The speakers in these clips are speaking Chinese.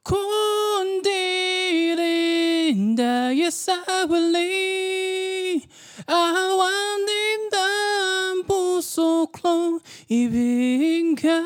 Kundilin Yesawali Awanin dan Pusoklo Ibinka。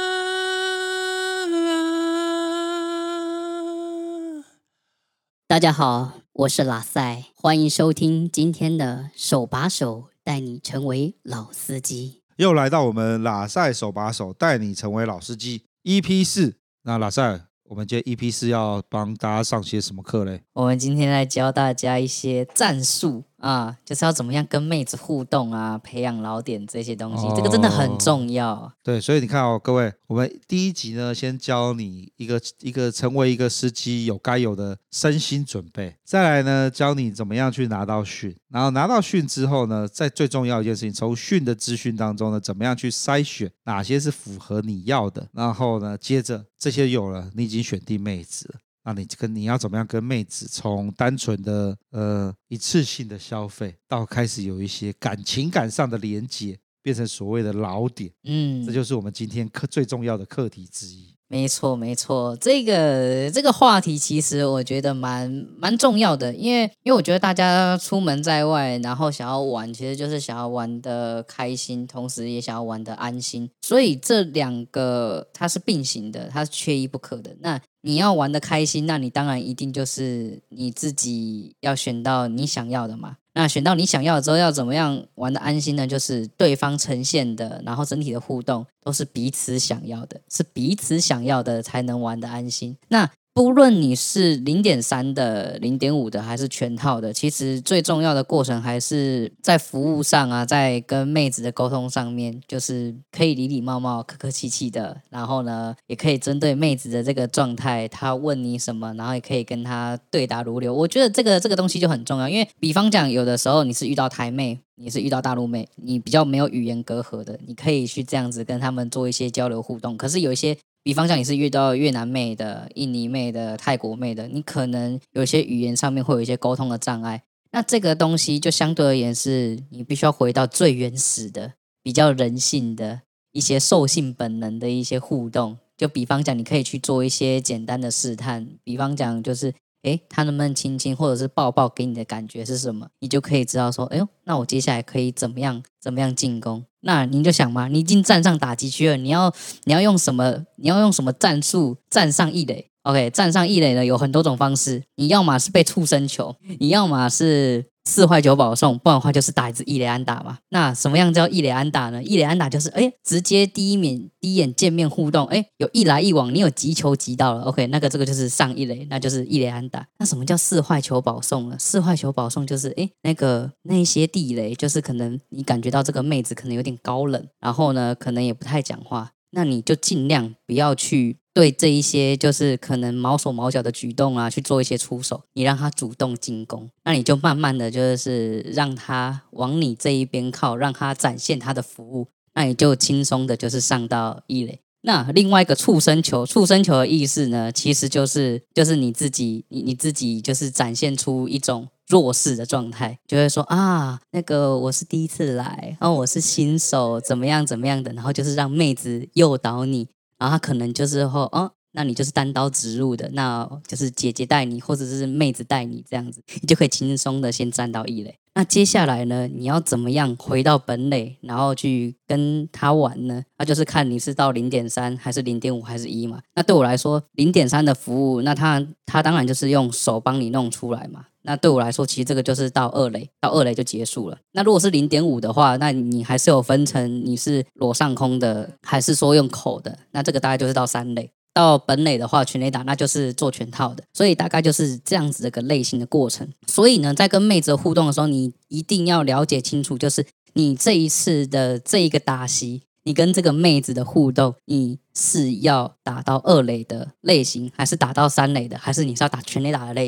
大家好，我是拉塞，欢迎收听今天的手把手带你成为老司机。 又来到我们拉塞手把手带你成为老司机 EP4。那拉塞，我们今天 EP4要帮大家上些什么课嘞？ 我们今天来教大家一些战术啊，就是要怎么样跟妹子互动啊，培养老点这些东西，这个真的很重要。 对，所以你看哦，各位，我们第一集呢，先教你一个成为一个司机该有的身心准备，再来呢，教你怎么样去拿到训，然后拿到训之后呢，在最重要的一件事情，从训的资讯当中呢，怎么样去筛选哪些是符合你要的，然后呢，接着这些有了，你已经选定妹子了。那你要怎么样跟妹子从单纯的一次性的消费，到开始有一些情感上的连结，变成所谓的老点，这就是我们今天最重要的课题之一。 没错没错，这个话题其实我觉得蛮重要的，因为我觉得大家出门在外，然后想要玩，其实就是想要玩得开心，同时也想要玩得安心，所以这两个它是并行的，它是缺一不可的。那你要玩得开心，那你当然一定就是你自己要选到你想要的嘛。那选到你想要的之后，要怎么样玩得安心呢？就是对方呈现的，然后整体的互动都是彼此想要的，是彼此想要的才能玩得安心。那不论你是0.3的、0.5的还是全套的，其实最重要的过程还是在服务上啊，在跟妹子的沟通上面，就是可以礼礼貌貌、客客气气的，然后呢，也可以针对妹子的这个状态，她问你什么，然后也可以跟她对答如流。我觉得这个东西就很重要，因为比方讲，有的时候你是遇到台妹，你是遇到大陆妹，你比较没有语言隔阂的，你可以去这样子跟他们做一些交流互动。可是有一些比方讲你是遇到越南妹的、印尼妹的、泰国妹的，你可能有些语言上面会有一些沟通的障碍，那这个东西就相对而言是你必须要回到最原始的、比较人性的一些兽性本能的一些互动。就比方讲，你可以去做一些简单的试探，比方讲就是他能不能亲亲或者是抱抱给你的感觉是什么，你就可以知道说，那我接下来可以怎么样进攻。那你就想嘛，你已经站上打击区了，你要用什么战术站上一垒？OK， 站上一垒呢有很多种方式，你要么是被触身球，你要么是4坏9保送，不然的话就是打一支一垒安打嘛。那什么样叫一垒安打呢？一垒安打就是直接第一眼见面互动，有一来一往，你有击球击到了 ，OK， 这个就是上一垒，那就是一垒安打。那什么叫4坏球保送呢？4坏球保送就是那一些地雷，就是可能你感觉到这个妹子可能有点高冷，然后呢可能也不太讲话，那你就尽量不要去对这一些就是可能毛手毛脚的举动啊去做一些出手，你让他主动进攻，那你就慢慢的就是让他往你这一边靠，让他展现他的服务，那你就轻松的就是上到一垒。那另外一个触身球的意思呢，其实就是你自己就是展现出一种弱势的状态，就会说啊，那个我是第一次来，然后我是新手，怎么样的，然后就是让妹子诱导你，然后他可能就是那你就是单刀直入的，那就是姐姐带你，或者是妹子带你这样子，你就可以轻松的先站到一垒。那接下来呢，你要怎么样回到本垒，然后去跟他玩呢？那就是看你是到0.3还是0.5还是1嘛。那对我来说，0.3的服务，那他当然就是用手帮你弄出来嘛。那对我来说，其实这个就是到二垒就结束了。那如果是0.5的话，那你还是有分成你是裸上空的，还是说用口的？那这个大概就是到3垒。到本垒的话，全垒打那就是做全套的，所以大概就是这样子的一个类型的过程。所以呢，在跟妹子互动的时候，你一定要了解清楚，就是你这一次的这一个打席，你跟这个妹子的互动，你是要打到2垒的类型，还是打到3垒的，还是你是要打全垒打的类型？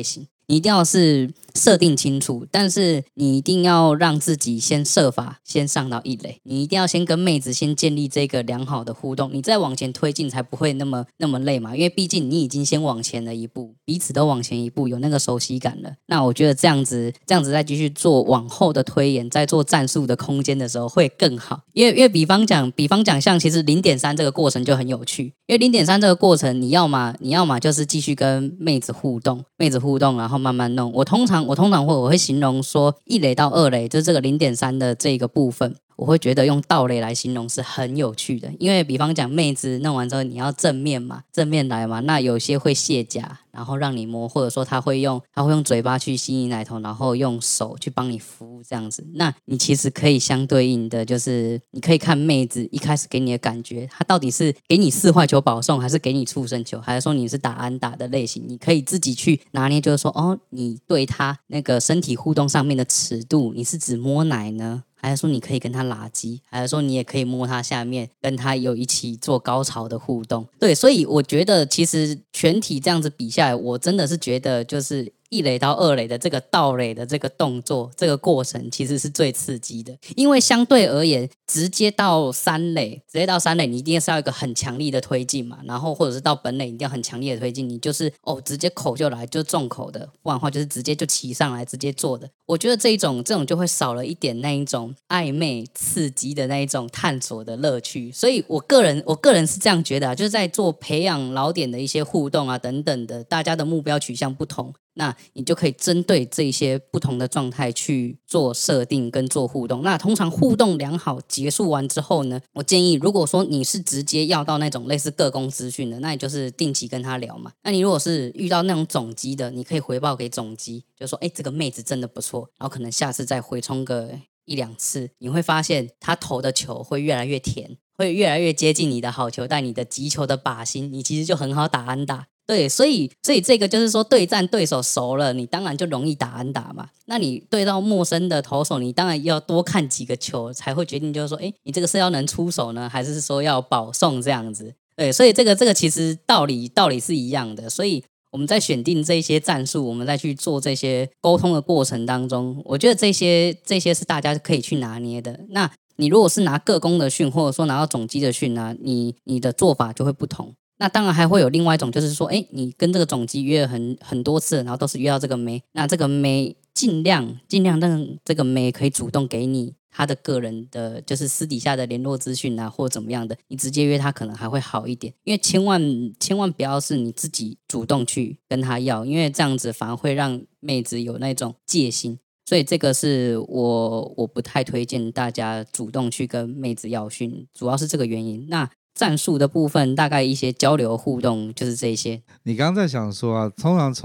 你一定要是设定清楚，但是你一定要让自己先设法先上到一垒，你一定要先跟妹子先建立这个良好的互动，你再往前推进才不会那么累嘛，因为毕竟你已经先往前了一步，彼此都往前一步，有那个熟悉感了。那我觉得这样子再继续做往后的推演，在做战术的空间的时候会更好。因为比方讲像其实0.3这个过程就很有趣，因为0.3这个过程你要嘛就是继续跟妹子互动，然后慢慢弄。我通常会形容说一垒到二垒就是这个0.3的这个部分，我会觉得用盗垒来形容是很有趣的。因为比方讲妹子弄完之后你要正面来嘛，那有些会卸甲然后让你摸，或者说他会用嘴巴去吸你奶头，然后用手去帮你服务这样子。那你其实可以相对应的就是你可以看妹子一开始给你的感觉，她到底是给你4坏球保送，还是给你触身球，还是说你是打安打的类型，你可以自己去拿捏，就是说哦，你对她那个身体互动上面的尺度，你是指摸奶呢，还是说你可以跟他拉鸡，还是说你也可以摸他下面，跟他有一起做高潮的互动？对，所以我觉得其实全体这样子比下来，我真的是觉得就是一垒到二垒的这个盗垒的这个动作，这个过程其实是最刺激的。因为相对而言，直接到三垒，你一定是要一个很强力的推进嘛，然后或者是到本垒一定要很强力的推进，你就是直接口就来，就重口的，不然的话就是直接就骑上来直接做的。我觉得这种就会少了一点那一种暧昧刺激的那一种探索的乐趣，所以我个人是这样觉得啊，就是在做培养老点的一些互动啊等等的，大家的目标取向不同，那你就可以针对这些不同的状态去做设定跟做互动。那通常互动良好结束完之后呢，我建议如果说你是直接要到那种类似个工资讯的，那你就是定期跟他聊嘛。那你如果是遇到那种总机的，你可以回报给总机，就说这个妹子真的不错，然后可能下次再回冲个1-2次，你会发现他投的球会越来越甜，会越来越接近你的好球带，你的击球的靶心，你其实就很好打安打。对，所以这个就是说，对战对手熟了，你当然就容易打安打嘛。那你对到陌生的投手，你当然要多看几个球，才会决定就是说，你这个是要能出手呢，还是说要保送这样子？对，所以这个其实道理是一样的。所以我们在选定这些战术，我们再去做这些沟通的过程当中，我觉得这些是大家可以去拿捏的。那你如果是拿个工的训，或者说拿到总机的训啊，你的做法就会不同。那当然还会有另外一种，就是说，你跟这个总机约了很多次，然后都是约到这个妹，那这个妹尽量让这个妹可以主动给你他的个人的，就是私底下的联络资讯啊，或怎么样的，你直接约他可能还会好一点，因为千万不要是你自己主动去跟他要，因为这样子反而会让妹子有那种戒心。所以这个是我不太推荐大家主动去跟妹子要讯，主要是这个原因。那战术的部分，大概一些交流互动就是这些。 你刚刚在想说啊，通常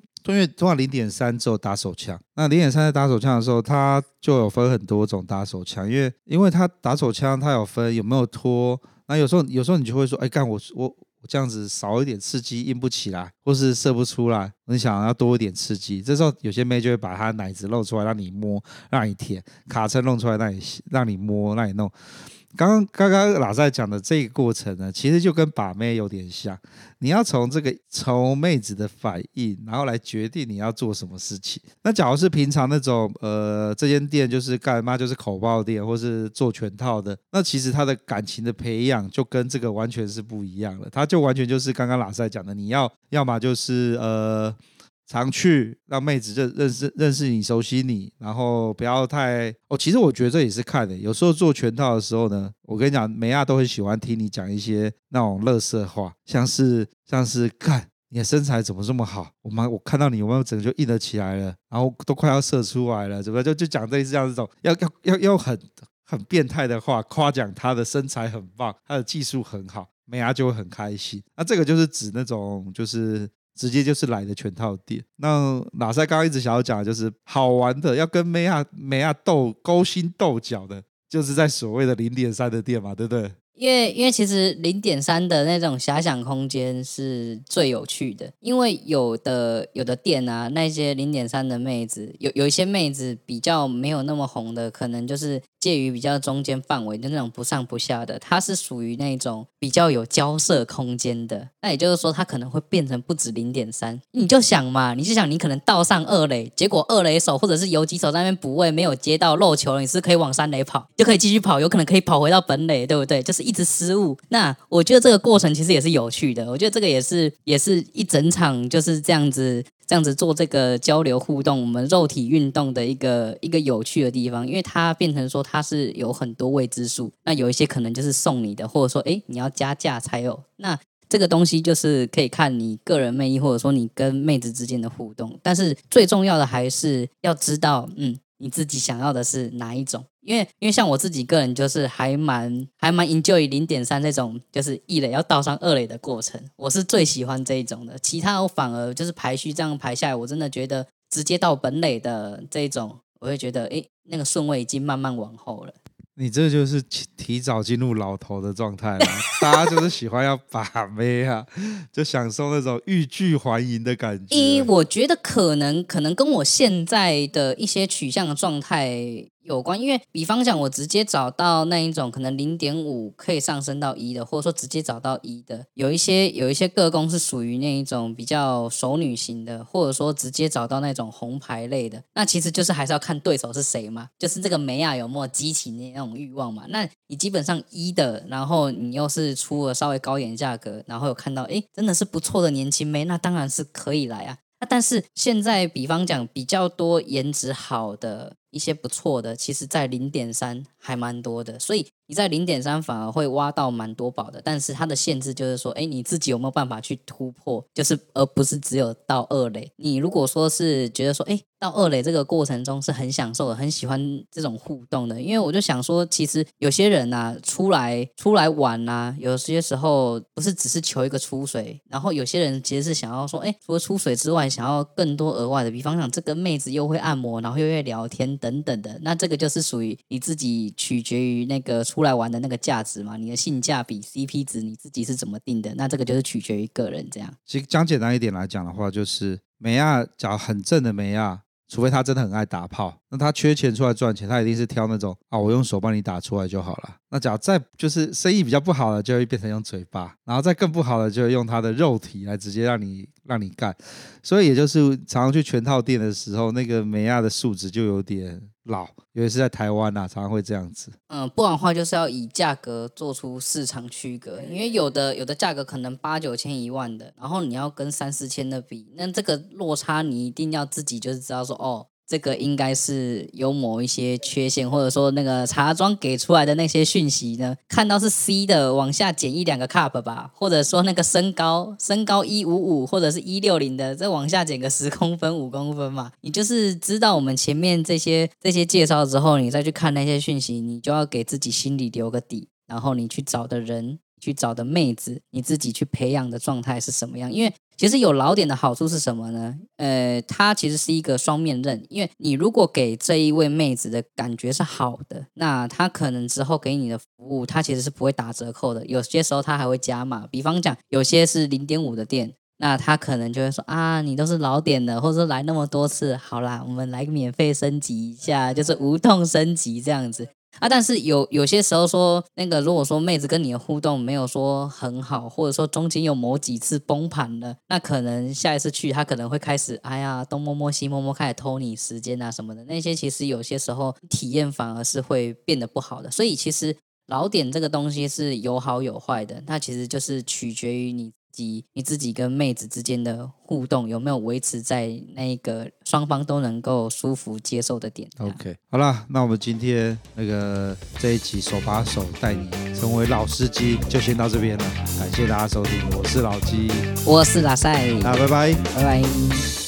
0.3之后打手枪，那0.3在打手枪的时候，它就有分很多种打手枪，因为它打手枪它有分有没有拖，那有时候你就会说，干我这样子少一点刺激硬不起来，或是射不出来，你想要多一点刺激，这时候有些妹就会把她奶子露出来让你摸，让你舔，卡车弄出来让你摸，让你弄。刚刚拉塞讲的这个过程呢，其实就跟把妹有点像，你要从妹子的反应，然后来决定你要做什么事情。那假如是平常那种这间店就是干嘛就是口爆店，或是做全套的，那其实他的感情的培养就跟这个完全是不一样了。他就完全就是刚刚拉塞讲的，你要么就是常去让妹子认识你熟悉你，然后不要太其实我觉得这也是看的，有时候做全套的时候呢，我跟你讲美亚都很喜欢听你讲一些那种垃圾话，像是干你的身材怎么这么好，我看到你有没有整个就硬得起来了，然后都快要射出来了，对不对？就讲类似这样这种要很变态的话夸奖他的身材很棒，他的技术很好，美亚就会很开心。那这个就是指那种就是直接就是来的全套店。那拉塞刚刚一直想要讲的就是好玩的，要跟妹亚勾心斗角的，就是在所谓的0.3的店嘛，对不对？ 因为其实0.3的那种遐想空间是最有趣的，因为有的店啊，那些0.3的妹子，有一些妹子比较没有那么红的，可能就是介于比较中间范围的那种不上不下的，它是属于那种比较有交涉空间的。那也就是说，它可能会变成不止 0.3。你就想嘛，你可能倒上二垒，结果二垒手或者是游击手在那边补位没有接到漏球了，你是可以往三垒跑，就可以继续跑，有可能可以跑回到本垒，对不对？就是一直失误。那我觉得这个过程其实也是有趣的，我觉得这个也是一整场就是这样子做这个交流互动，我们肉体运动的一个有趣的地方，因为它变成说它是有很多未知数，那有一些可能就是送你的，或者说你要加价才有，那这个东西就是可以看你个人魅力，或者说你跟妹子之间的互动，但是最重要的还是要知道你自己想要的是哪一种。因为像我自己个人就是还蛮 enjoy 0.3这种就是一垒要倒上二垒的过程，我是最喜欢这一种的。其他我反而就是排序这样排下来，我真的觉得直接到本垒的这一种，我会觉得那个顺位已经慢慢往后了。 你这就是提早进入老头的状态了，大家就是喜欢要把妹啊，就享受那种欲拒还迎的感觉。 我觉得可能跟我现在的一些取向的状态有关，因为比方讲我直接找到那一种可能 0.5 可以上升到1的，或者说直接找到1的，有一些个工是属于那一种比较熟女型的，或者说直接找到那种红牌类的，那其实就是还是要看对手是谁嘛，就是这个梅亚有没有激起那种欲望嘛。那你基本上1的，然后你又是出了稍微高一点价格，然后有看到真的是不错的年轻妹，那当然是可以来啊。但是现在比方讲比较多颜值好的一些不错的，其实在 0.3 还蛮多的，所以你在 0.3 反而会挖到蛮多宝的，但是它的限制就是说你自己有没有办法去突破，就是而不是只有到二垒。你如果说是觉得说到二垒这个过程中是很享受的，很喜欢这种互动的，因为我就想说其实有些人啊出来玩啊，有些时候不是只是求一个出水，然后有些人其实是想要说除了出水之外想要更多额外的，比方讲这个妹子又会按摩，然后又会聊天等等的，那这个就是属于你自己取决于那个出来玩的那个价值嘛，你的性价比 CP 值你自己是怎么定的，那这个就是取决于个人这样。 其实讲简单一点来讲的话，就是梅亚假很正的梅亚，除非他真的很爱打炮，那他缺钱出来赚钱，他一定是挑那种我用手帮你打出来就好了。那假如再就是生意比较不好的，就会变成用嘴巴，然后再更不好的就会用他的肉体来直接让你干。所以也就是常常去全套店的时候，那个梅亚的素质就有点老，尤其是在台湾常常会这样子。 不然的话就是要以价格做出市场区隔，因为有的价格可能8、9千、1万的，然后你要跟3、4千的比，那这个落差你一定要自己就是知道说这个应该是有某一些缺陷，或者说那个茶庄给出来的那些讯息呢，看到是 C 的往下减1-2个 cup 吧，或者说那个身高155或者是160的，再往下减个10公分5公分嘛，你就是知道我们前面这些介绍之后，你再去看那些讯息，你就要给自己心里留个底，然后你去找的人去找的妹子，你自己去培养的状态是什么样。因为其实有老点的好处是什么呢？它其实是一个双面刃，因为你如果给这一位妹子的感觉是好的，那她可能之后给你的服务，她其实是不会打折扣的，有些时候她还会加码。比方讲，有些是 0.5 的店，那他可能就会说你都是老点的，或者说来那么多次，好啦，我们来免费升级一下，就是无痛升级这样子。但是有些时候说那个如果说妹子跟你的互动没有说很好，或者说中间有某几次崩盘了，那可能下一次去他可能会开始东摸摸西摸摸，开始偷你时间什么的，那些其实有些时候体验反而是会变得不好的。所以其实老点这个东西是有好有坏的，它其实就是取决于你自己跟妹子之间的互动有没有维持在那个双方都能够舒服接受的点。 OK， 好啦，那我们今天这一集手把手带你成为老司机就先到这边了，感谢大家收听，我是老鸡， 我是拉塞， 那拜拜。 拜拜。